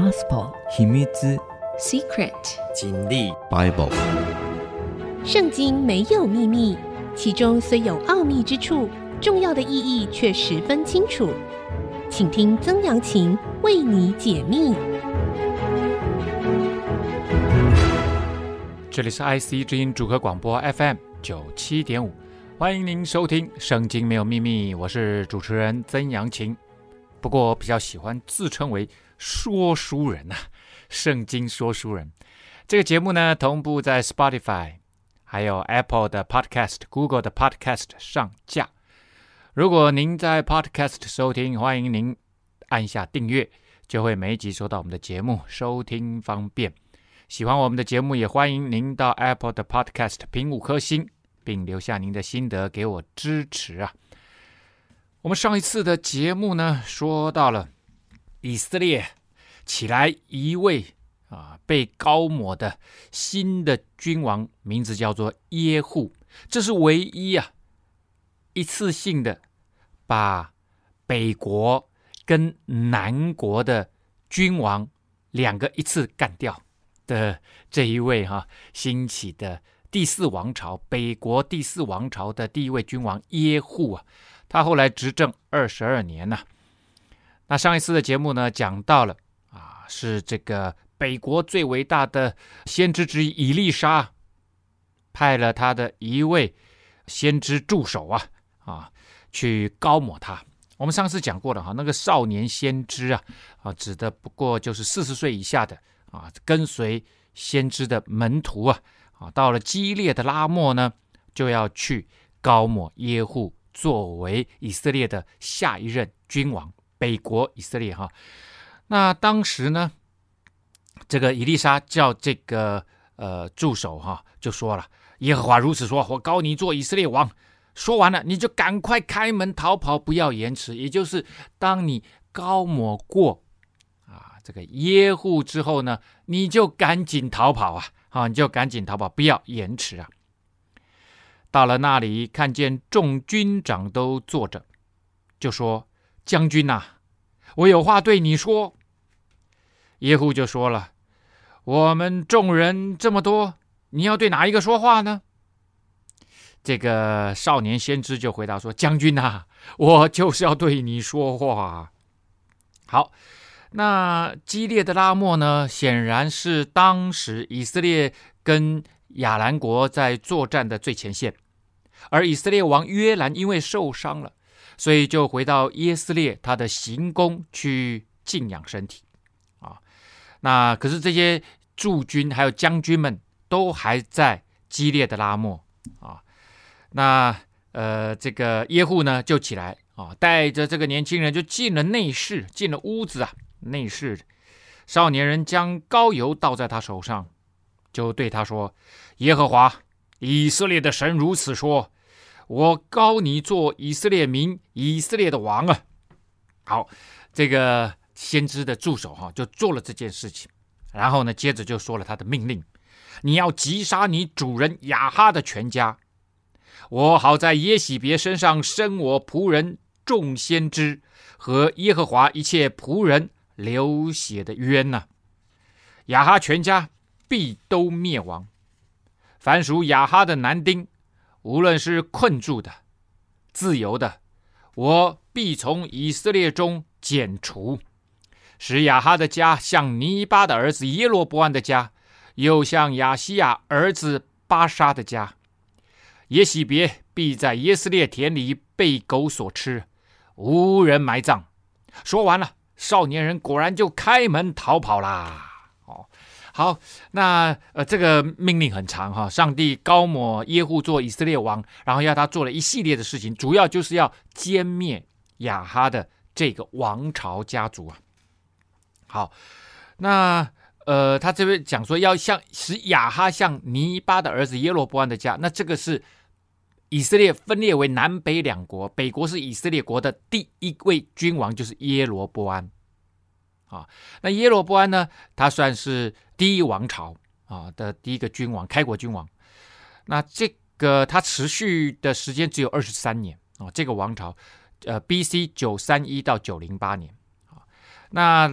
Gospel 秘密 Secret 真理 Bible 圣经没有秘密，其中虽有奥秘之处，重要的意义却十分清楚。请听曾阳晴为你解密。 这里是 IC 之音主客广播 FM 97.5，欢迎您收听《圣经没有秘密》，我是主持人曾阳晴。不过我比较喜欢自称为说书人圣经说书人。这个节目呢，同步在 Spotify 还有 Apple 的 Podcast、Google 的 Podcast 上架。如果您在 Podcast 收听，欢迎您按下订阅，就会每一集收到我们的节目，收听方便。喜欢我们的节目，也欢迎您到 Apple 的 Podcast 评5颗星，并留下您的心得给我支持啊。我们上一次的节目呢，说到了以色列起来一位被膏抹的新的君王，名字叫做耶户。这是唯一一次性的把北国跟南国的君王两个一次干掉的这一位兴起的第4王朝，北国第4王朝的第一位君王耶户他后来执政22年那上一次的节目呢，讲到了是这个北国最伟大的先知之一以利沙派了他的一位先知助手去膏抹他。我们上次讲过了那个少年先知指的不过就是40岁以下的跟随先知的门徒到了基列的拉末呢，就要去膏抹耶户作为以色列的下一任君王，北国以色列那当时呢，这个以利沙叫这个助手就说了，耶和华如此说，我膏你做以色列王。说完了，你就赶快开门逃跑，不要延迟。也就是当你膏抹过这个耶户之后呢，你就赶紧逃跑你就赶紧逃跑，不要延迟到了那里，看见众军长都坐着，就说：将军我有话对你说。耶户就说了：我们众人这么多，你要对哪一个说话呢？这个少年先知就回答说：将军我就是要对你说话。好，那基列的拉末呢，显然是当时以色列跟亚兰国在作战的最前线，而以色列王约兰因为受伤了，所以就回到耶斯列他的行宫去静养身体那可是这些驻军还有将军们都还在基列的拉末那这个耶户呢就起来带着这个年轻人就进了内室，进了屋子内室，少年人将膏油倒在他手上，就对他说：耶和华以色列的神如此说，我膏你做以色列民以色列的王好，这个先知的助手就做了这件事情，然后呢接着就说了他的命令：你要击杀你主人亚哈的全家，我好在耶洗别身上伸我仆人众先知和耶和华一切仆人流血的冤亚哈全家必都灭亡，凡属亚哈的男丁，无论是困住的自由的，我必从以色列中剪除，使亚哈的家像尼巴的儿子耶罗波安的家，又像亚西亚儿子巴沙的家。耶洗别必在耶斯列田里被狗所吃，无人埋葬。说完了，少年人果然就开门逃跑啦。好，那这个命令很长上帝膏抹耶户做以色列王，然后要他做了一系列的事情，主要就是要歼灭亚哈的这个王朝家族好，那他这边讲说要使亚哈像尼巴的儿子耶罗波安的家，那这个是以色列分裂为南北两国，北国是以色列国的第一位君王，就是耶罗波安那耶罗波安呢，他算是第一王朝的第一个君王，开国君王。那这个他持续的时间只有23年这个王朝BC 931到908年那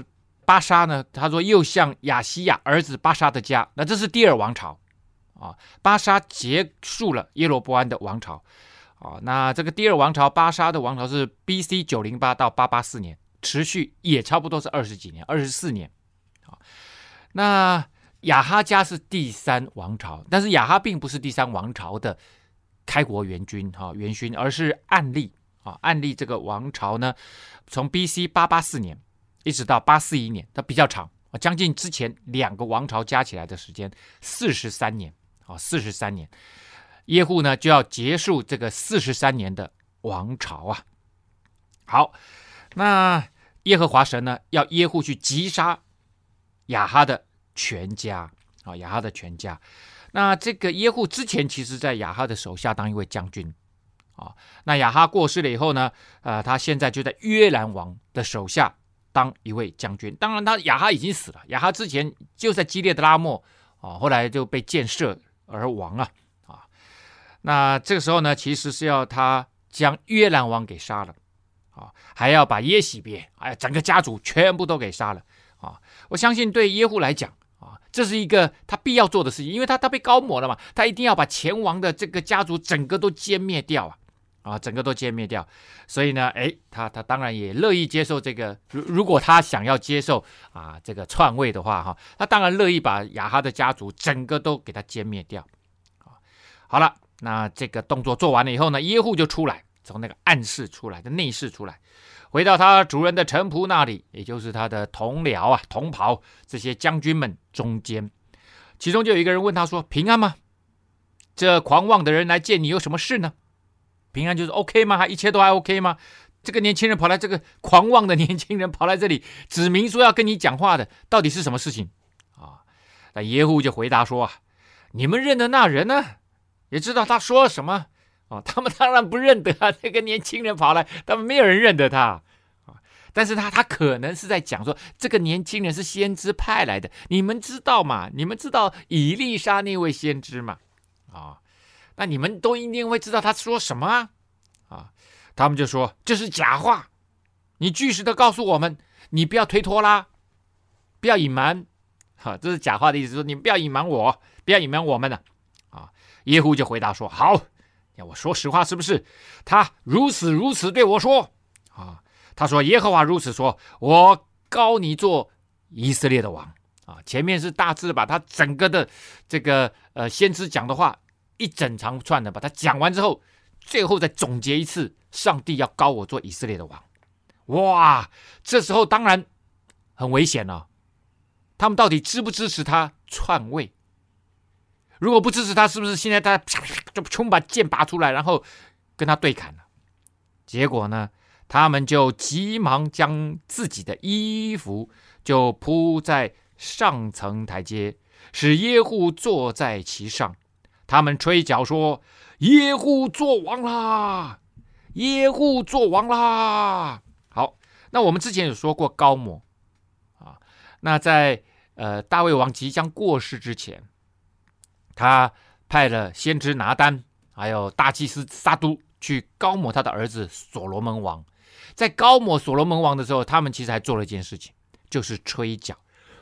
巴沙呢，他说又像亚西亚儿子巴沙的家，那这是第二王朝啊。巴沙结束了耶罗波安的王朝啊。那这个第二王朝巴沙的王朝是 BC 908到884年，持续也差不多是20几年，24年啊。那亚哈家是第三王朝，但是亚哈并不是第三王朝的开国元勋，而是暗利啊。暗利这个王朝呢，从 BC 884年一直到841年，它比较长，将近之前2个王朝加起来的时间43年啊，43年，耶户呢就要结束这个43年的王朝啊。好，那耶和华神呢要耶户去击杀亚哈的全家啊，亚哈的全家。那这个耶户之前其实在亚哈的手下当一位将军啊。那亚哈过世了以后呢，他现在就在约兰王的手下当一位将军。当然他亚哈已经死了，亚哈之前就在基列的拉末啊，后来就被箭射而亡啊。那这个时候呢，其实是要他将约兰王给杀了啊，还要把耶洗别整个家族全部都给杀了啊。我相信对耶户来讲啊，这是一个他必要做的事情，因为他被高抹了嘛，他一定要把前王的这个家族整个都歼灭掉啊，整个都歼灭掉。所以呢，他当然也乐意接受这个，如果他想要接受这个篡位的话他当然乐意把亚哈的家族整个都给他歼灭掉好了，那这个动作做完了以后呢，耶户就出来，从那个暗室出来的内室出来，回到他主人的臣仆那里，也就是他的同僚同袍这些将军们中间。其中就有一个人问他说：平安吗？这狂妄的人来见你有什么事呢？平安就是 OK 吗？一切都还 OK 吗？这个年轻人这个狂妄的年轻人跑来这里指明说要跟你讲话的，到底是什么事情那耶户就回答说你们认得那人呢，也知道他说了什么他们当然不认得这个年轻人跑来，他们没有人认得他但是他可能是在讲说，这个年轻人是先知派来的，你们知道吗？你们知道以利沙那位先知吗？那你们都一定会知道他说什么他们就说这是假话，你据实的告诉我们，你不要推脱啦，不要隐瞒这是假话的意思，说你不要隐瞒我，不要隐瞒我们耶户就回答说：好，我说实话是不是？他如此对我说他说耶和华如此说，我膏你做以色列的王前面是大致把他整个的这个先知讲的话一整长串的把它讲完之后，最后再总结一次，上帝要膏我做以色列的王。哇，这时候当然很危险了他们到底支不支持他篡位？如果不支持他，是不是现在他就冲把剑拔出来，然后跟他对砍了？结果呢，他们就急忙将自己的衣服就铺在上层台阶，使耶户坐在其上。他们吹角说：耶户作王啦，耶户作王啦。好，那我们之前有说过高抹那在大卫王即将过世之前，他派了先知拿单还有大祭司撒都去高抹他的儿子所罗门王。在高抹所罗门王的时候，他们其实还做了一件事情，就是吹角，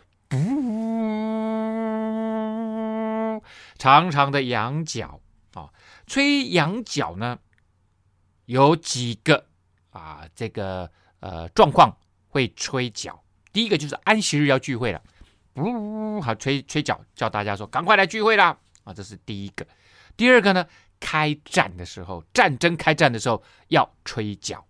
长长的羊角吹羊角呢，有几个这个状况会吹角。第一个就是安息日要聚会了，吹角，叫大家说赶快来聚会啦这是第一个。第二个呢，开战的时候，战争开战的时候要吹角。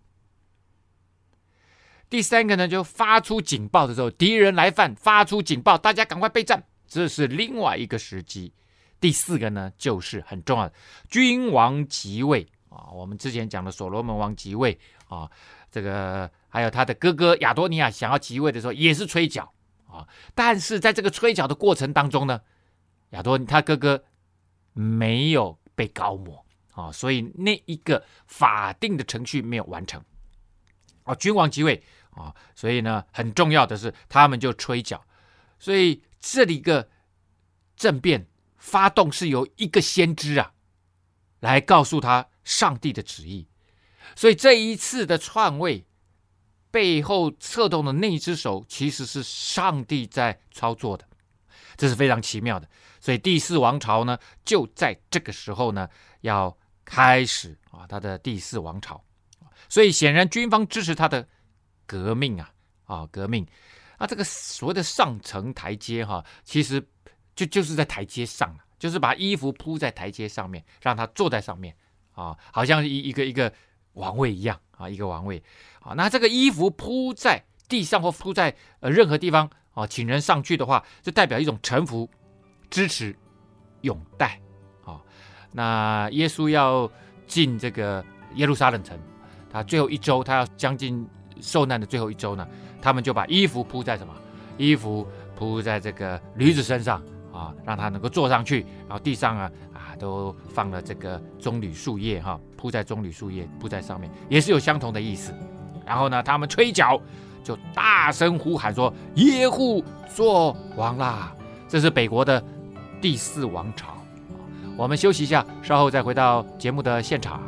第三个呢，就发出警报的时候，敌人来犯，发出警报，大家赶快备战，这是另外一个时机。第四个呢，就是很重要的君王即位我们之前讲的所罗门王即位这个还有他的哥哥亚多尼亚想要即位的时候也是吹角但是在这个吹角的过程当中呢，亚多尼他哥哥没有被膏抹所以那一个法定的程序没有完成君王即位所以呢很重要的是他们就吹角。所以这里一个政变发动是由一个先知来告诉他上帝的旨意。所以这一次的篡位背后策动的那一只手其实是上帝在操作的，这是非常奇妙的。所以第4王朝呢，就在这个时候呢，要开始他的第4王朝。所以显然军方支持他的革命革命。这个所谓的上层台阶其实就是在台阶上，就是把衣服铺在台阶上面，让他坐在上面好像一个王位一样一个王位那这个衣服铺在地上或铺在任何地方请人上去的话，就代表一种臣服、支持、拥戴那耶稣要进这个耶路撒冷城，他最后一周，他要将近受难的最后一周呢，他们就把衣服铺在什么？衣服铺在这个驴子身上让他能够坐上去，然后地上都放了这个棕榈树叶铺在棕榈树叶铺在上面，也是有相同的意思。然后呢，他们吹角，就大声呼喊说：“耶户做王啦！”这是北国的第4王朝。我们休息一下，稍后再回到节目的现场。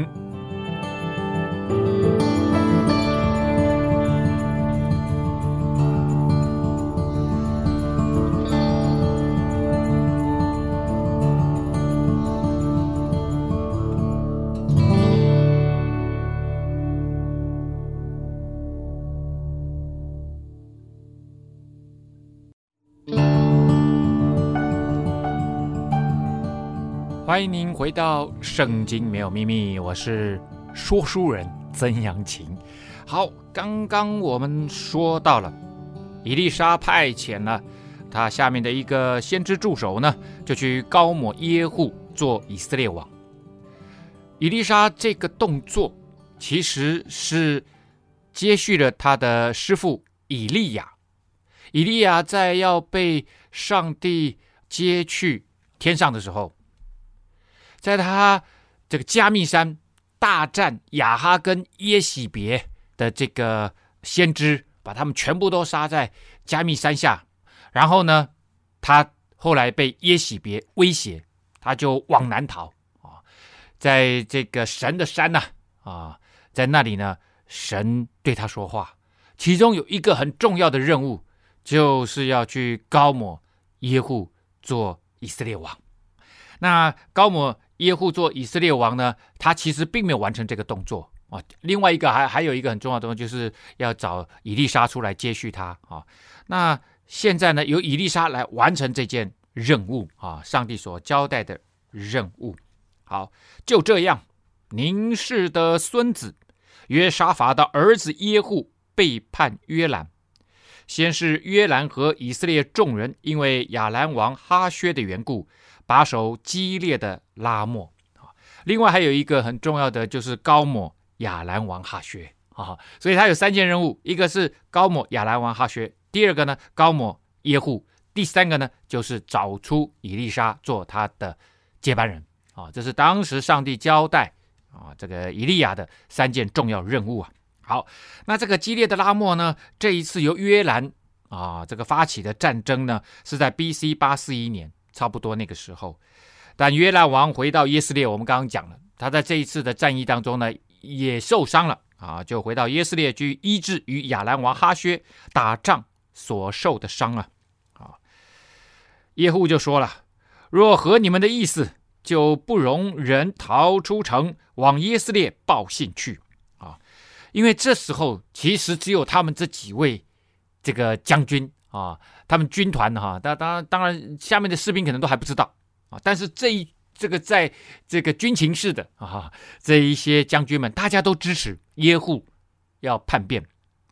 欢迎您回到圣经没有秘密，我是说书人曾阳晴。好，刚刚我们说到了以利沙派遣了他下面的一个先知助手呢，就去膏抹耶户做以色列王。以利沙这个动作其实是接续了他的师父以利亚。以利亚在要被上帝接去天上的时候，在他这个加密山大战亚哈跟耶洗别的这个先知，把他们全部都杀在加密山下。然后呢，他后来被耶洗别威胁，他就往南逃在这个神的山在那里呢，神对他说话，其中有一个很重要的任务，就是要去膏抹耶户做以色列王。那膏抹耶户做以色列王呢，他其实并没有完成这个动作另外一个还有一个很重要的东西，就是要找以利沙出来接续他那现在呢，由以利沙来完成这件任务上帝所交代的任务。好，就这样，宁氏的孙子约沙法的儿子耶户背叛约兰。先是约兰和以色列众人因为亚兰王哈薛的缘故，把守基列的拉末。另外还有一个很重要的，就是膏抹亚兰王哈薛所以他有3件任务，一个是膏抹亚兰王哈薛，第二个呢膏抹耶户，第3个呢就是找出以利沙做他的接班人这是当时上帝交代这个以利亚的3件重要任务好，那这个基列的拉末呢，这一次由约兰这个发起的战争呢，是在 BC 841年，差不多那个时候。但约兰王回到耶斯列，我们刚刚讲了，他在这一次的战役当中呢，也受伤了就回到耶斯列去医治与亚兰王哈薛打仗所受的伤耶户就说了：若合你们的意思，就不容人逃出城，往耶斯列报信去因为这时候其实只有他们这几位这个将军他们军团当然下面的士兵可能都还不知道但是这个在这个军情室的这一些将军们，大家都支持耶户要叛变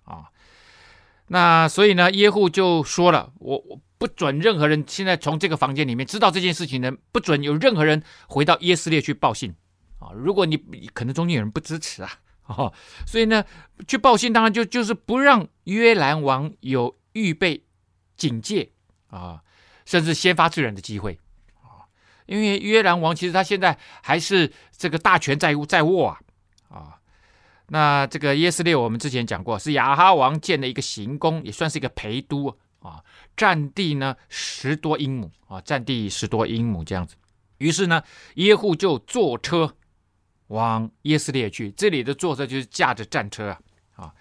那所以呢，耶户就说了：我不准任何人现在从这个房间里面知道这件事情的，不准有任何人回到耶斯列去报信如果你可能中间有人不支持所以呢，去报信当然就是不让约兰王有预备警戒甚至先发制人的机会因为约兰王其实他现在还是这个大权在握那这个耶斯列我们之前讲过，是亚哈王建的一个行宫，也算是一个陪都占地呢10多英亩占地10多英亩这样子。于是呢，耶户就坐车往耶斯列去，这里的坐车就是驾着战车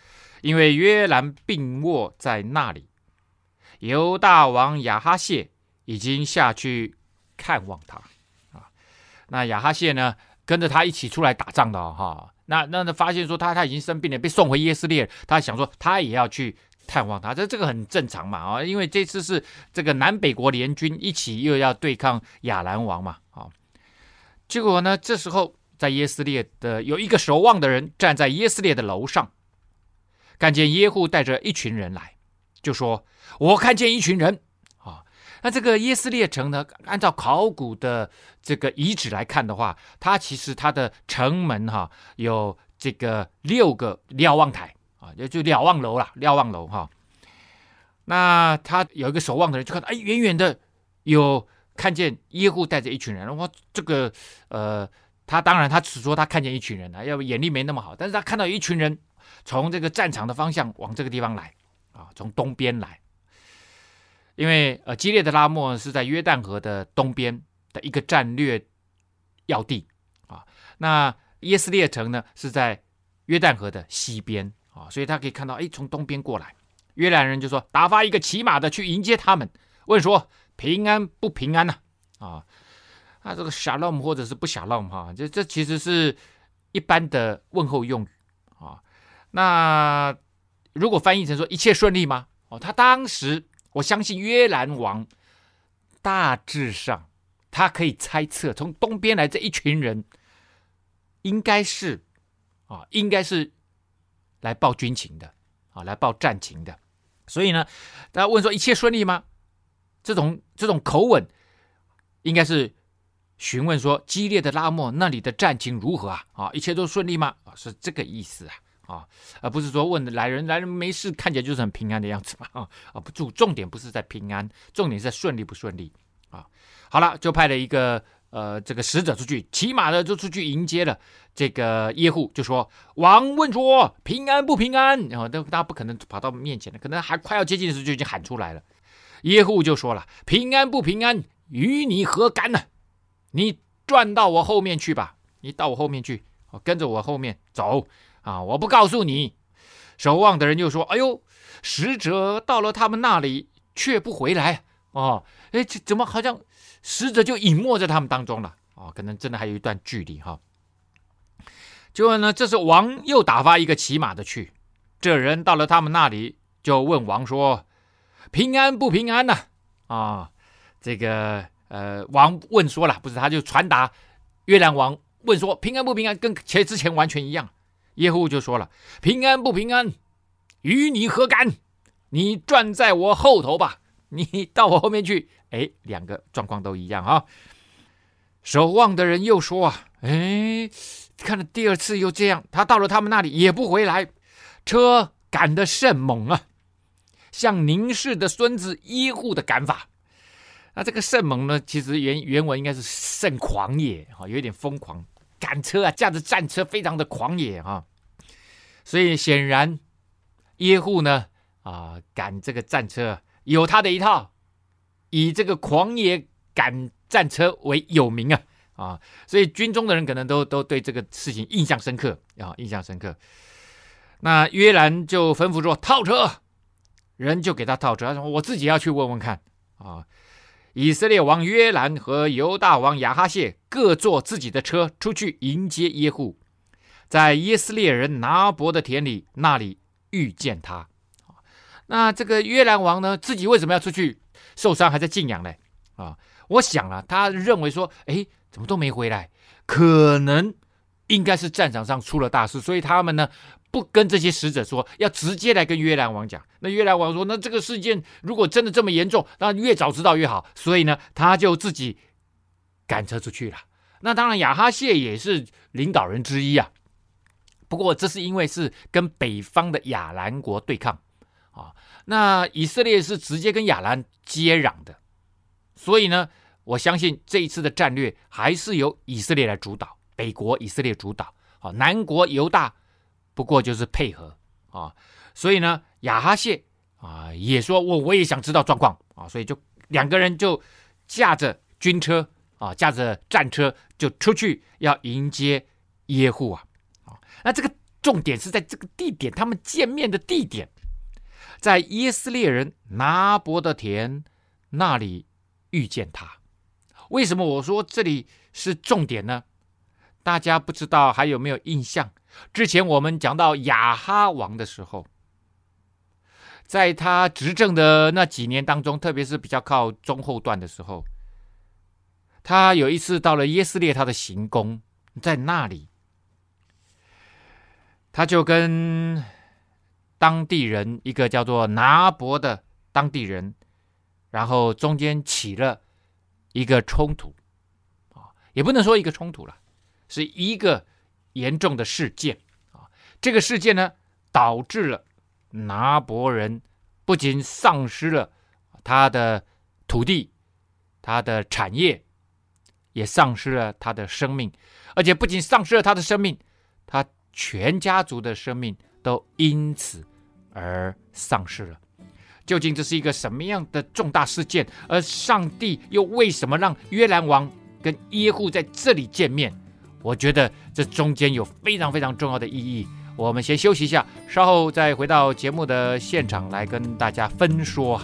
因为约兰病卧在那里，犹大王亚哈谢已经下去看望他啊。那亚哈谢呢，跟着他一起出来打仗的哈。那发现说他已经生病了，被送回耶斯列，他想说他也要去探望他，这个很正常嘛啊，因为这次是这个南北国联军一起又要对抗亚兰王嘛啊。结果呢，这时候在耶斯列的有一个守望的人站在耶斯列的楼上，看见耶户带着一群人来，就说：“我看见一群人啊。”那这个耶斯列城呢，按照考古的这个遗址来看的话，它其实它的城门有这个6个瞭望台啊，就瞭望楼啦，瞭望楼哈。那他有一个守望的人就看到，远远的有看见耶户带着一群人。哇，这个他当然他只说他看见一群人啊，要不眼力没那么好，但是他看到有一群人从这个战场的方向往这个地方来啊，从东边来。因为基列的拉末是在约旦河的东边的一个战略要地啊，那耶斯列城呢是在约旦河的西边啊，所以他可以看到，从东边过来。约兰人就说，打发一个骑马的去迎接他们，问说平安不平安呢？这个 shalom 或者是不 shalom 哈，这其实是一般的问候用语啊。那如果翻译成说一切顺利吗？他当时我相信约兰王大致上他可以猜测，从东边来这一群人应该是来报军情的啊，来报战情的。所以呢，他问说一切顺利吗？这种口吻应该是询问说基列的拉末那里的战情如何啊？一切都顺利吗？是这个意思啊，而不是说问来人没事，看起来就是很平安的样子嘛重点不是在平安，重点是在顺利不顺利啊。好了，就派了一个这个使者出去，骑马的就出去迎接了这个耶户，就说王问说平安不平安？然后大家不可能跑到面前的，可能还快要接近的时候就已经喊出来了。耶户就说了，平安不平安与你何干呢？你转到我后面去吧，你到我后面去，跟着我后面走啊！我不告诉你。守望的人又说，哎呦，使者到了他们那里却不回来怎么好像使者就隐没在他们当中了可能真的还有一段距离结果呢，这时王又打发一个骑马的去，这人到了他们那里就问王说，平安不平安呢？这个王问说了，不是，他就传达约兰王问说平安不平安，跟之前完全一样。耶户就说了，平安不平安与你何干？你转在我后头吧，你到我后面去。两个状况都一样守望的人又说看了第二次又这样，他到了他们那里也不回来，车赶得甚猛像宁氏的孙子耶户的赶法。那这个甚猛呢，其实原文应该是甚狂野有一点疯狂，赶车驾着战车非常的狂野所以显然耶户呢赶这个战车有他的一套，以这个狂野赶战车为有名所以军中的人可能都对这个事情印象深刻印象深刻。那约兰就吩咐说套车，人就给他套车，他说我自己要去问问看以色列王约兰和犹大王亚哈谢各坐自己的车出去迎接耶户，在耶斯列人拿伯的田里那里遇见他。那这个约兰王呢，自己为什么要出去？受伤还在静养呢我想他认为说怎么都没回来，可能应该是战场上出了大事，所以他们呢不跟这些使者说，要直接来跟约兰王讲。那约兰王说，那这个事件如果真的这么严重，那越早知道越好，所以呢他就自己赶车出去了。那当然亚哈谢也是领导人之一不过这是因为是跟北方的亚兰国对抗那以色列是直接跟亚兰接壤的，所以呢我相信这一次的战略还是由以色列来主导，北国以色列主导南国犹大不过就是配合所以呢亚哈谢也说我也想知道状况所以就两个人就驾着军车驾着战车就出去要迎接耶户那这个重点是在这个地点，他们见面的地点，在耶斯列人拿伯的田那里遇见他。为什么我说这里是重点呢？大家不知道还有没有印象？之前我们讲到亚哈王的时候，在他执政的那几年当中，特别是比较靠中后段的时候，他有一次到了耶斯列他的行宫，在那里他就跟当地人，一个叫做拿伯的当地人，然后中间起了一个冲突，也不能说一个冲突了，是一个严重的事件。这个事件呢，导致了拿伯人不仅丧失了他的土地、他的产业，也丧失了他的生命，而且不仅丧失了他的生命，他全家族的生命都因此而丧失了。究竟这是一个什么样的重大事件？而上帝又为什么让约兰王跟耶户在这里见面？我觉得这中间有非常非常重要的意义。我们先休息一下，稍后再回到节目的现场来跟大家分说。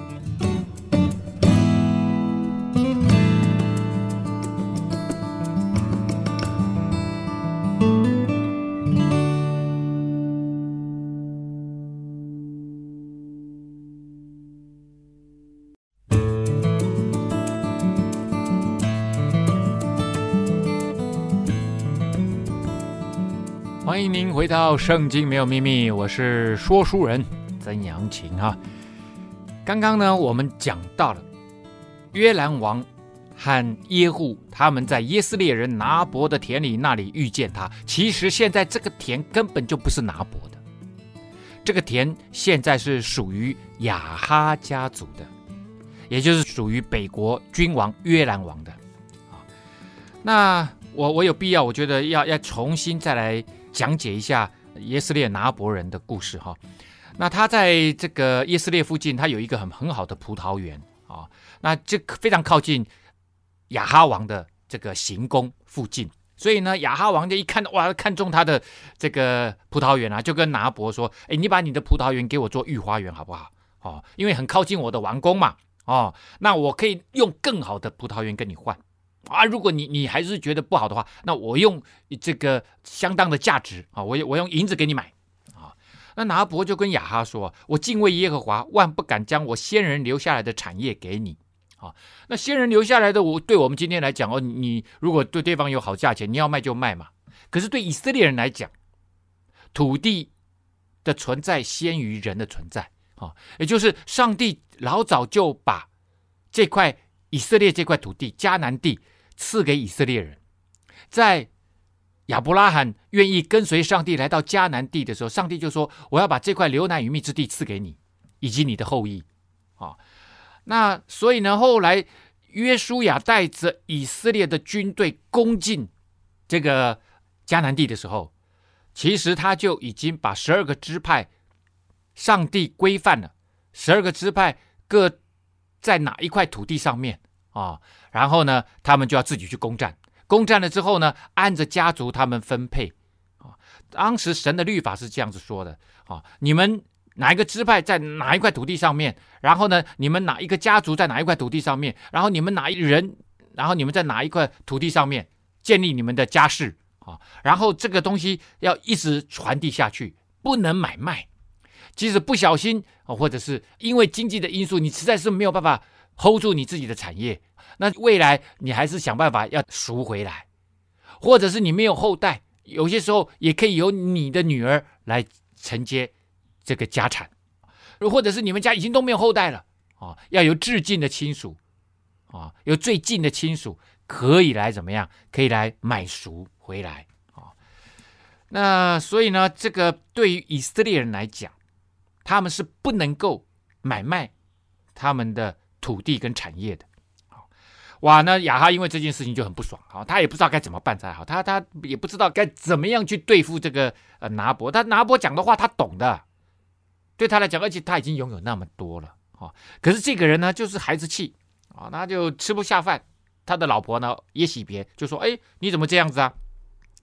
欢迎您回到圣经没有秘密，我是说书人曾阳晴啊。刚刚呢，我们讲到了约兰王和耶户他们在耶斯列人拿伯的田里那里遇见他。其实现在这个田根本就不是拿伯的，这个田现在是属于亚哈家族的，也就是属于北国君王约兰王的。那我有必要，我觉得要重新再来讲解一下耶斯列拿伯人的故事哈。那他在这个耶斯列附近，他有一个很好的葡萄园啊，那这非常靠近亚哈王的这个行宫附近，所以呢，亚哈王就一看哇，看中他的这个葡萄园啊，就跟拿伯说：“哎，你把你的葡萄园给我做御花园好不好？哦，因为很靠近我的王宫嘛，哦，那我可以用更好的葡萄园跟你换。”啊，如果你还是觉得不好的话，那我用这个相当的价值啊，我用银子给你买啊。那拿伯就跟亚哈说：“我敬畏耶和华，万不敢将我先人留下来的产业给你啊。那先人留下来的，对我们今天来讲哦，你如果对对方有好价钱，你要卖就卖嘛。可是对以色列人来讲，土地的存在先于人的存在啊，也就是上帝老早就把这块以色列这块土地迦南地赐给以色列人。在亚伯拉罕愿意跟随上帝来到迦南地的时候，上帝就说：“我要把这块流奶与蜜之地赐给你以及你的后裔。”那所以呢，后来约书亚带着以色列的军队攻进这个迦南地的时候，其实他就已经把12个支派，上帝规范了12个支派各在哪一块土地上面啊，然后呢，他们就要自己去攻占。攻占了之后呢，按着家族他们分配啊。当时神的律法是这样子说的啊：你们哪一个支派在哪一块土地上面，然后呢，你们哪一个家族在哪一块土地上面，然后你们哪一人，然后你们在哪一块土地上面建立你们的家室啊。然后这个东西要一直传递下去，不能买卖。即使不小心或者是因为经济的因素，你实在是没有办法 hold 住你自己的产业，那未来你还是想办法要赎回来，或者是你没有后代，有些时候也可以由你的女儿来承接这个家产，或者是你们家已经都没有后代了啊，要有至近的亲属啊，有最近的亲属可以来怎么样？可以来买赎回来啊。那所以呢，这个对于以色列人来讲，他们是不能够买卖他们的土地跟产业的。哇，那亚哈因为这件事情就很不爽，他也不知道该怎么办才好，他也不知道该怎么样去对付这个拿伯。他拿伯讲的话他懂的，对他来讲，而且他已经拥有那么多了，可是这个人呢就是孩子气，他就吃不下饭。他的老婆呢耶洗别就说：“哎，你怎么这样子啊？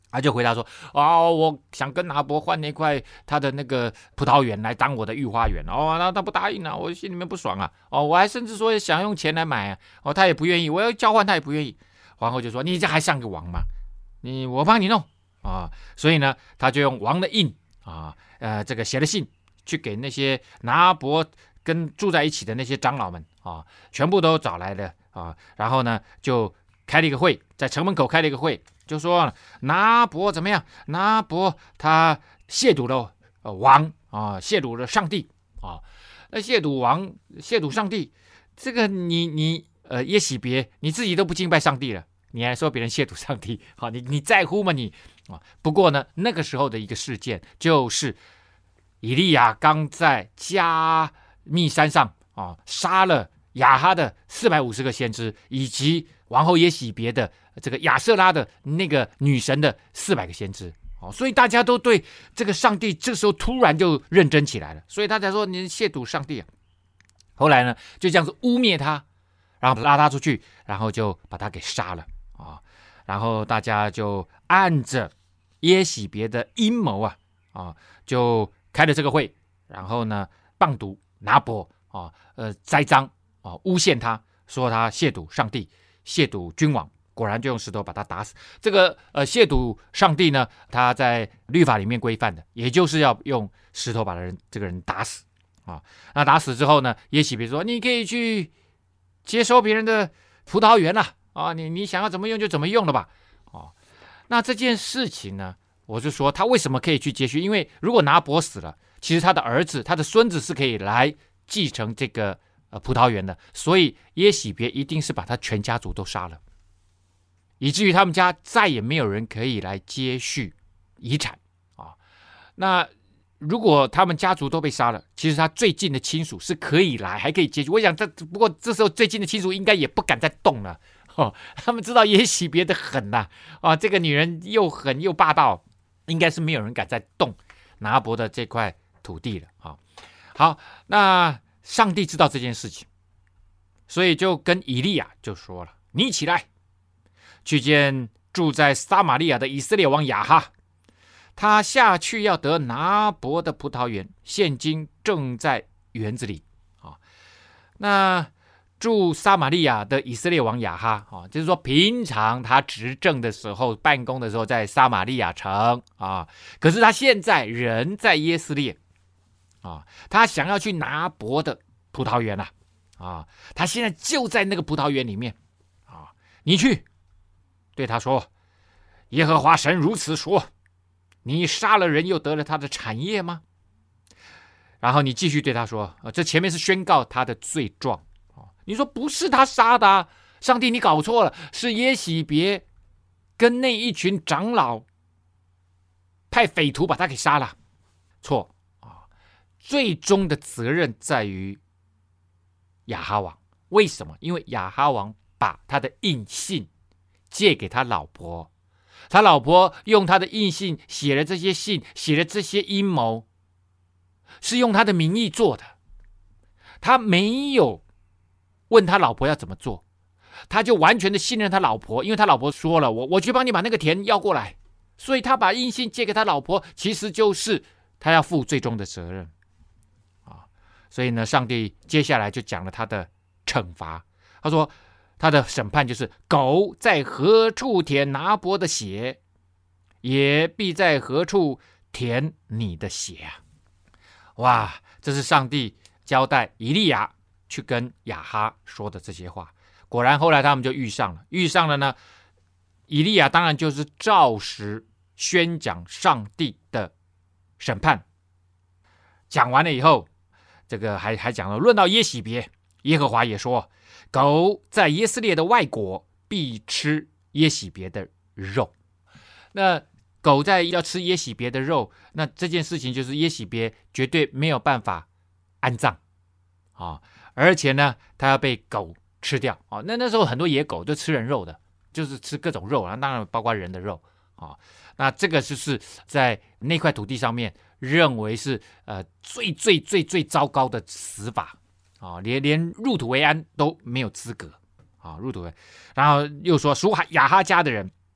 他就回答说：我想跟拿伯换那块他的那个葡萄园来当我的御花园。那他不答应啊，我心里面不爽啊。我还甚至说想用钱来买啊。他也不愿意，我要交换他也不愿意。皇后就说：你这还像个王吗？我帮你弄啊。所以呢，他就用王的印啊，这个写了信去给那些拿伯跟住在一起的那些长老们啊，全部都找来了啊。然后呢，就开了一个会，在城门口开了一个会。就说拿伯怎么样？拿伯他亵渎了王啊，亵渎了上帝啊。那亵渎王、亵渎上帝，这个你耶洗别你自己都不敬拜上帝了，你还说别人亵渎上帝？好，你在乎吗你啊？不过呢，那个时候的一个事件就是以利亚刚在加密山上啊杀了亚哈的450个先知，以及王后耶洗别的这个亚瑟拉的那个女神的400个先知。所以大家都对这个上帝这时候突然就认真起来了，所以他才说你亵渎上帝啊。后来呢，就这样子污蔑他，然后拉他出去，然后就把他给杀了啊。然后大家就按着耶洗别的阴谋啊，就开了这个会，然后呢谤读拿伯啊，栽赃啊，诬陷他，说他亵渎上帝，亵渎君王。果然就用石头把他打死。这个亵渎上帝呢，他在律法里面规范的，也就是要用石头把这个人打死啊。那打死之后呢，耶洗别说你可以去接收别人的葡萄园了啊，你想要怎么用就怎么用了吧。那这件事情呢，我就说他为什么可以去接续？因为如果拿伯死了，其实他的儿子、他的孙子是可以来继承这个葡萄园的，所以耶洗别一定是把他全家族都杀了。以至于他们家再也没有人可以来接续遗产啊。那如果他们家族都被杀了，其实他最近的亲属是可以来，还可以接续。我想不过这时候最近的亲属应该也不敢再动了他们知道耶洗别的狠这个女人又狠又霸道，应该是没有人敢再动拿伯的这块土地了好，那上帝知道这件事情，所以就跟以利亚就说了：你起来，去见住在撒玛利亚的以色列王亚哈，他下去要得拿伯的葡萄园，现今正在园子里那驻撒玛利亚的以色列王亚哈就是说平常他执政的时候、办公的时候在撒玛利亚城可是他现在人在耶斯列他想要去拿伯的葡萄园他现在就在那个葡萄园里面你去对他说：耶和华神如此说，你杀了人又得了他的产业吗？然后你继续对他说这前面是宣告他的罪状你说不是他杀的上帝你搞错了，是耶洗别跟那一群长老派匪徒把他给杀了。错最终的责任在于亚哈王。为什么？因为亚哈王把他的印信借给他老婆，他老婆用他的印信写了这些信，写了这些阴谋，是用他的名义做的。他没有问他老婆要怎么做，他就完全的信任他老婆，因为他老婆说了我去帮你把那个田要过来，所以他把印信借给他老婆，其实就是他要负最终的责任所以呢，上帝接下来就讲了他的惩罚。他说他的审判就是狗在何处舔拿伯的血，也必在何处舔你的血哇，这是上帝交代以利亚去跟亚哈说的这些话。果然后来他们就遇上了呢，以利亚当然就是照实宣讲上帝的审判。讲完了以后，这个还讲了，论到耶洗别，耶和华也说，狗在耶斯列的外国必吃耶洗别的肉。那狗在要吃耶洗别的肉，那这件事情就是耶洗别绝对没有办法安葬而且呢，它要被狗吃掉那时候很多野狗都吃人肉的，就是吃各种肉当然包括人的肉那这个就是在那块土地上面认为是最糟糕的死法连入土为安都没有资格入土为安。然后又说属亚哈家的人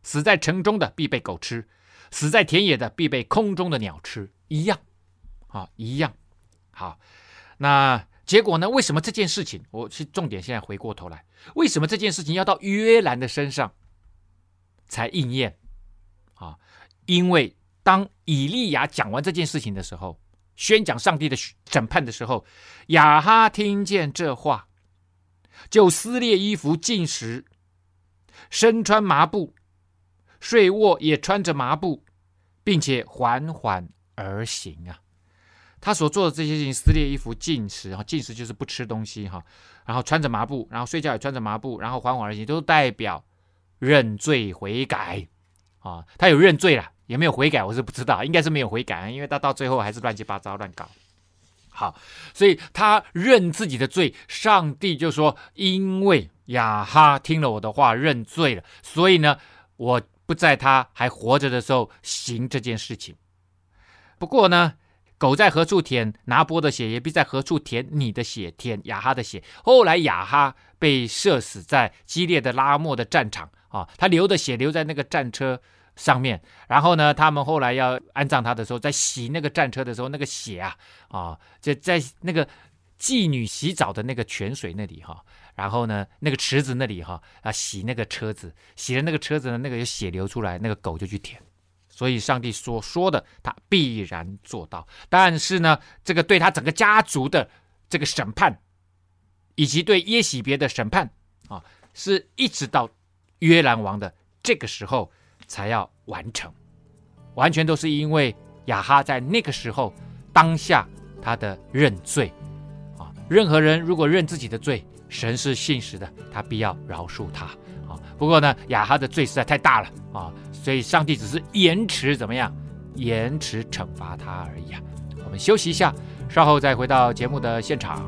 死在城中的必被狗吃，死在田野的必被空中的鸟吃，一样一样。好，那结果呢？为什么这件事情，我是重点现在回过头来，为什么这件事情要到约兰的身上才应验因为当以利亚讲完这件事情的时候，宣讲上帝的审判的时候，亚哈听见这话，就撕裂衣服进食，身穿麻布，睡卧也穿着麻布，并且缓缓而行他所做的这些事情，撕裂衣服进食，进食就是不吃东西然后穿着麻布，然后睡觉也穿着麻布，然后缓缓而行，都代表认罪悔改他有认罪了，有没有悔改我是不知道，应该是没有悔改，因为他到最后还是乱七八糟乱搞。好，所以他认自己的罪，上帝就说，因为亚哈听了我的话认罪了，所以呢，我不在他还活着的时候行这件事情。不过呢，狗在何处舔拿波的血，也必在何处舔你的血，舔亚哈的血。后来亚哈被射死在基列的拉末的战场他流的血留在那个战车上面，然后呢，他们后来要安葬他的时候，在洗那个战车的时候，那个血就在那个妓女洗澡的那个泉水那里然后呢，那个池子那里洗那个车子，洗了那个车子呢，那个有血流出来，那个狗就去舔。所以上帝所说的，他必然做到。但是呢，这个对他整个家族的这个审判，以及对耶洗别的审判是一直到约兰王的这个时候才要完成，完全都是因为亚哈在那个时候当下他的认罪任何人如果认自己的罪，神是信实的，他必要饶恕他不过呢，亚哈的罪实在太大了所以上帝只是延迟怎么样？延迟惩罚他而已我们休息一下，稍后再回到节目的现场。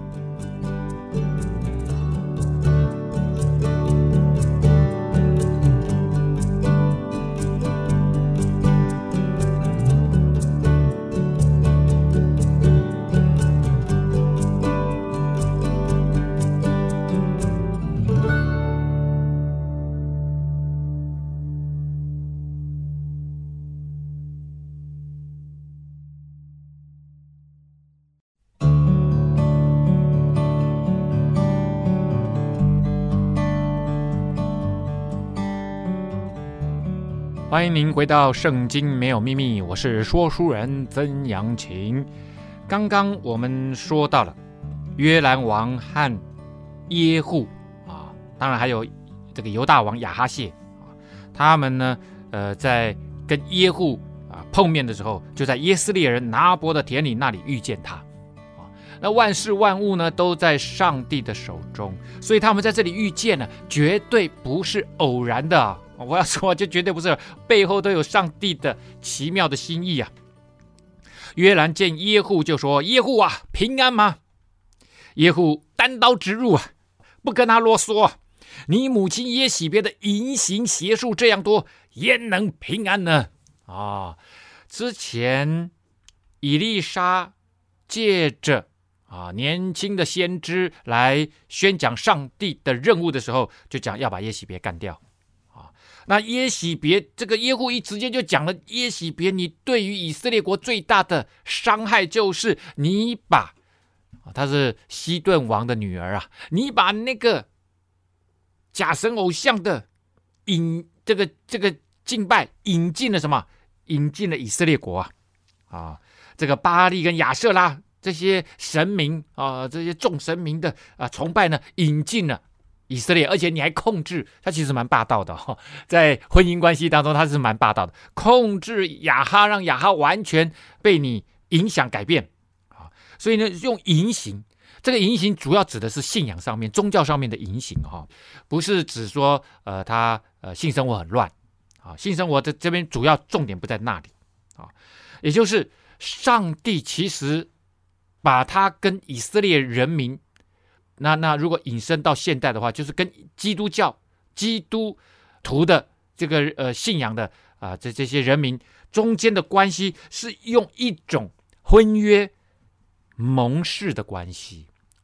欢迎您回到圣经没有秘密，我是说书人曾阳晴。刚刚我们说到了约兰王和耶户当然还有这个犹大王亚哈谢他们呢在跟耶户碰面的时候，就在耶斯列人拿伯的田里那里遇见他那万事万物呢都在上帝的手中，所以他们在这里遇见呢，绝对不是偶然的我要说，就绝对不是，背后都有上帝的奇妙的心意约兰见耶户就说：“耶户平安吗？”耶户单刀直入不跟他啰嗦你母亲耶洗别的淫行邪术这样多，焉能平安呢？之前以利沙借着年轻的先知来宣讲上帝的任务的时候，就讲要把耶洗别干掉那耶洗别这个耶户一直接就讲了，耶洗别你对于以色列国最大的伤害就是你把她是西顿王的女儿你把那个假神偶像的这个敬拜引进了什么？引进了以色列国这个巴利跟亚舍拉这些神明这些众神明的崇拜呢，引进了以色列，而且你还控制，他其实蛮霸道的在婚姻关系当中他是蛮霸道的，控制亚哈，让亚哈完全被你影响改变所以呢，用淫行，这个淫行主要指的是信仰上面、宗教上面的淫行不是指说他性生活很乱性生活这边主要重点不在那里也就是上帝其实把他跟以色列人民那如果引申到现代的话，就是跟基督教基督徒的这个信仰的这些人民中间的关系，是用一种婚约盟誓的关系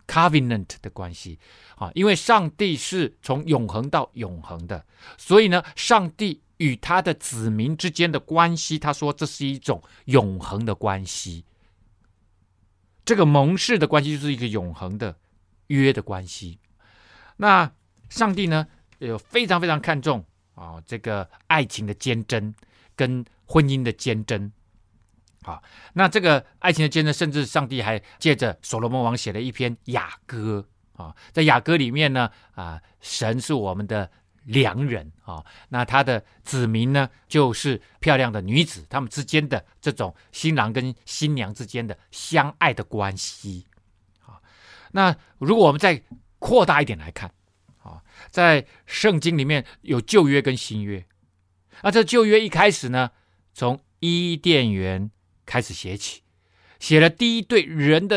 covenant 的关系啊，因为上帝是从永恒到永恒的，所以呢，上帝与他的子民之间的关系，他说这是一种永恒的关系。这个盟誓的关系就是一个永恒的约的关系。那上帝呢，有非常非常看重啊这个爱情的坚贞跟婚姻的坚贞。好，那这个爱情的坚贞，甚至上帝还借着所罗门王写了一篇雅歌啊，在雅歌里面呢，神是我们的良人啊，那他的子民呢，就是漂亮的女子，他们之间的这种新郎跟新娘之间的相爱的关系啊。那如果我们再扩大一点来看啊，在圣经里面有旧约跟新约，那这旧约一开始呢，从伊甸园开始写起，写了第一对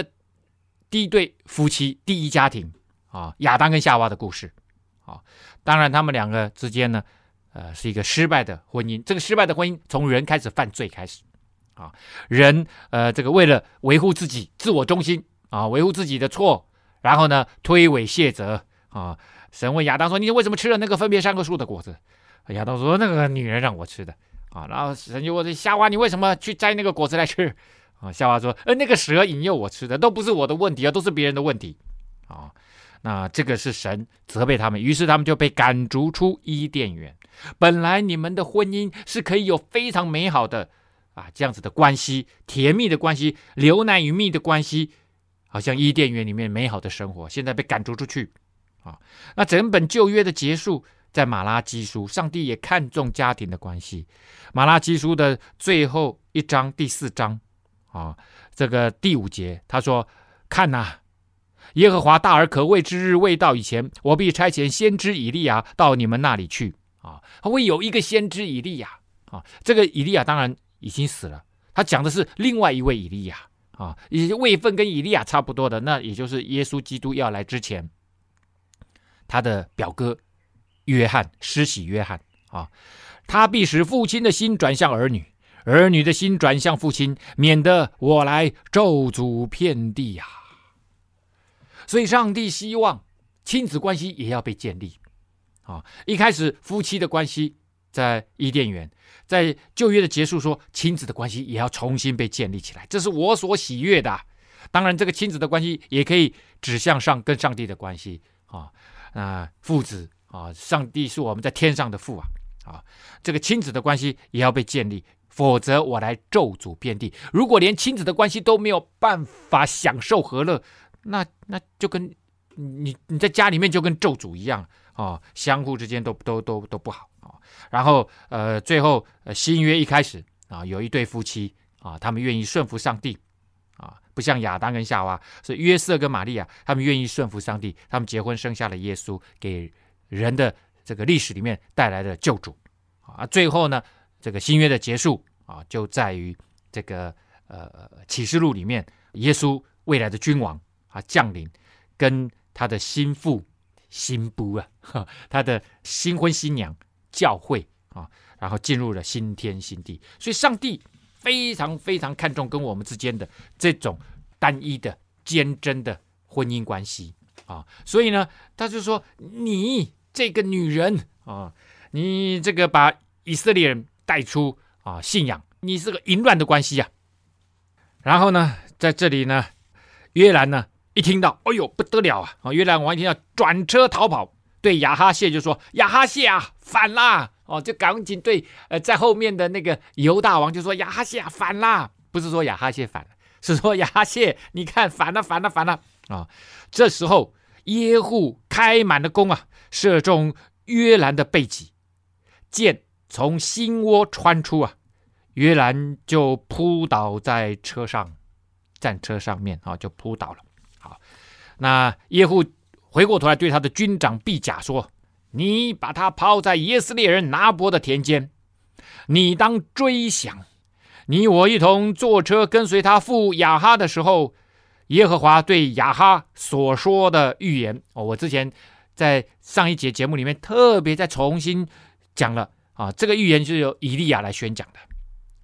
夫妻，第一家庭啊，亚当跟夏娃的故事啊。当然他们两个之间呢，是一个失败的婚姻。这个失败的婚姻从人开始犯罪开始啊，人这个为了维护自己自我中心啊，维护自己的错，然后呢推诿卸责啊。神问亚当说：“你为什么吃了那个分别善恶树的果子？”亚当说：“那个女人让我吃的。”啊，然后神就问夏娃：“你为什么去摘那个果子来吃？”啊，夏娃说：“那个蛇引诱我吃的，都不是我的问题啊，都是别人的问题。”啊，那这个是神责备他们，于是他们就被赶逐出伊甸园。本来你们的婚姻是可以有非常美好的这样子的关系，甜蜜的关系，流奶与蜜的关系，好像伊甸园里面美好的生活，现在被赶逐出去啊。那整本旧约的结束，在马拉基书，上帝也看重家庭的关系。马拉基书的最后一章第4章这个第5节，他说：“看哪，耶和华大而可畏之日未到以前，我必差遣先知以利亚到你们那里去会有一个先知以利亚这个以利亚当然已经死了，他讲的是另外一位以利亚位分跟以利亚差不多的，那也就是耶稣基督要来之前，他的表哥约翰，施洗约翰他必使父亲的心转向儿女，儿女的心转向父亲，免得我来咒诅遍地所以上帝希望亲子关系也要被建立一开始夫妻的关系在伊甸园，在旧约的结束说亲子的关系也要重新被建立起来，这是我所喜悦的当然这个亲子的关系也可以指向跟上帝的关系父子上帝是我们在天上的父这个亲子的关系也要被建立，否则我来咒诅遍地。如果连亲子的关系都没有办法享受和乐，那就跟你在家里面就跟咒诅一样相互之间都不好然后最后新约一开始有一对夫妻他们愿意顺服上帝不像亚当跟夏娃，所以约瑟跟玛利亚他们愿意顺服上帝，他们结婚生下了耶稣，给人的这个历史里面带来的救主最后呢，这个新约的结束就在于这个启示录里面，耶稣未来的君王降临，跟他的心腹新妇他的新婚新娘教会然后进入了新天新地。所以上帝非常非常看重跟我们之间的这种单一的坚贞的婚姻关系所以呢，他就说你这个女人你这个把以色列人带出信仰，你是个淫乱的关系然后呢，在这里呢，约兰呢一听到，哎呦不得了约兰王一听到转车逃跑，对亚哈谢就说：“亚哈谢反啦！”就赶紧对在后面的那个犹大王就说：“亚哈谢反啦！”不是说亚哈谢反了，是说亚哈谢你看反了这时候耶户开满了弓射中约兰的背脊，箭从心窝穿出约兰就扑倒在车上，战车上面就扑倒了。好，那耶户回过头来对他的军长毕甲说：“你把他抛在耶斯列人拿伯的田间，你当追想，你我一同坐车跟随他父亚哈的时候，耶和华对亚哈所说的预言。”我之前在上一节节目里面特别再重新讲了这个预言是由以利亚来宣讲的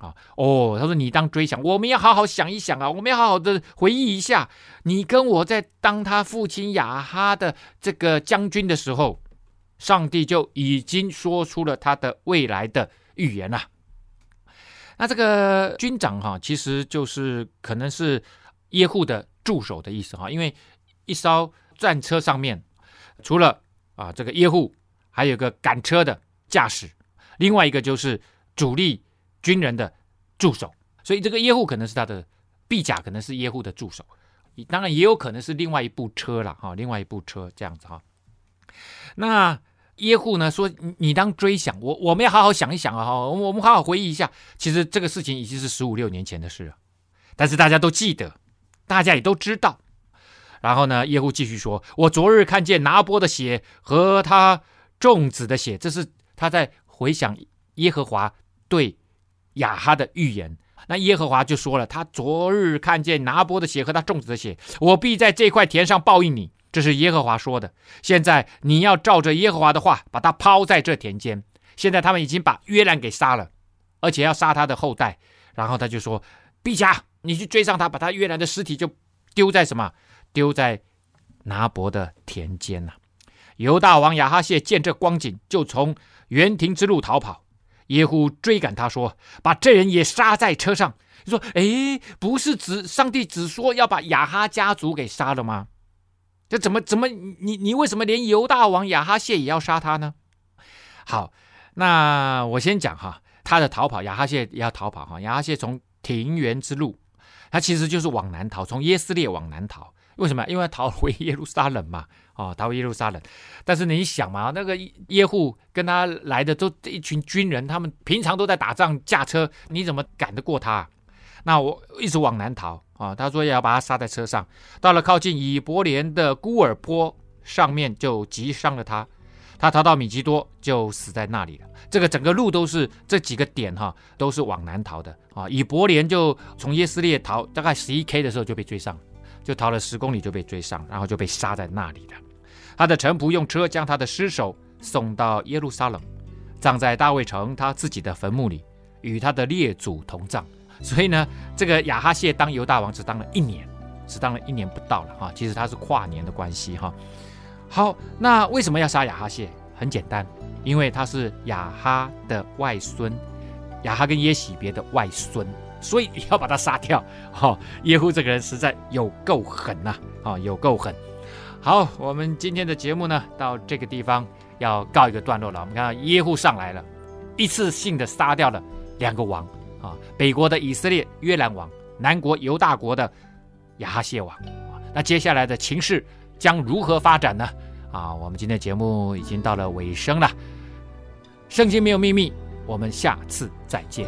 他说你当追想，我们要好好想一想啊，我们要好好的回忆一下，你跟我在当他父亲亚哈的这个将军的时候，上帝就已经说出了他的未来的预言了。那这个军长其实就是可能是耶户的助手的意思因为一艘战车上面除了这个耶户，还有一个赶车的驾驶，另外一个就是主力军人的助手，所以这个耶户可能是他的臂甲，可能是耶户的助手，当然也有可能是另外一部车啦，另外一部车这样子那耶户呢说你当追想，我们要好好想一想我们好好回忆一下，其实这个事情已经是15、16年前的事了，但是大家都记得，大家也都知道。然后呢，耶户继续说，我昨日看见拿波的血和他众子的血，这是他在回想耶和华对亚哈的预言。那耶和华就说了，他昨日看见拿波的血和他众子的血，我必在这块田上报应你，这是耶和华说的。现在你要照着耶和华的话，把他抛在这田间。现在他们已经把约兰给杀了，而且要杀他的后代。然后他就说，陛下，你去追上他，把他约兰的尸体就丢在什么？丢在拿伯的田间犹大王亚哈谢见这光景，就从园亭之路逃跑。耶户追赶他说，把这人也杀在车上。说不是上帝只说要把亚哈家族给杀了吗？这怎么你为什么连犹大王亚哈谢也要杀他呢？好，那我先讲他的逃跑，亚哈谢也要逃跑亚哈谢从庭园之路，他其实就是往南逃，从耶斯列往南逃。为什么？因为逃回耶路撒冷嘛，逃回耶路撒冷。但是你想嘛，那个耶户跟他来的都一群军人，他们平常都在打仗驾车，你怎么赶得过他？那我一直往南逃他说要把他杀在车上，到了靠近以伯莲的孤尔坡上面就击伤了他。他逃到米基多就死在那里了。这个整个路都是这几个点都是往南逃的以伯莲就从耶斯列逃大概11K 的时候就被追上，就逃了10公里就被追上，然后就被杀在那里了。他的臣仆用车将他的尸首送到耶路撒冷，葬在大卫城他自己的坟墓里，与他的列祖同葬。所以呢，这个亚哈谢当犹大王只当了1年不到了其实他是跨年的关系好，那为什么要杀亚哈谢？很简单，因为他是亚哈的外孙，亚哈跟耶洗别的外孙，所以要把他杀掉耶户这个人实在有够狠有够狠。好，我们今天的节目呢到这个地方要告一个段落了。我们看到耶户上来了，一次性的杀掉了2个王北国的以色列约兰王，南国犹大国的亚哈谢王那接下来的情势将如何发展呢？我们今天的节目已经到了尾声了。圣经没有秘密，我们下次再见。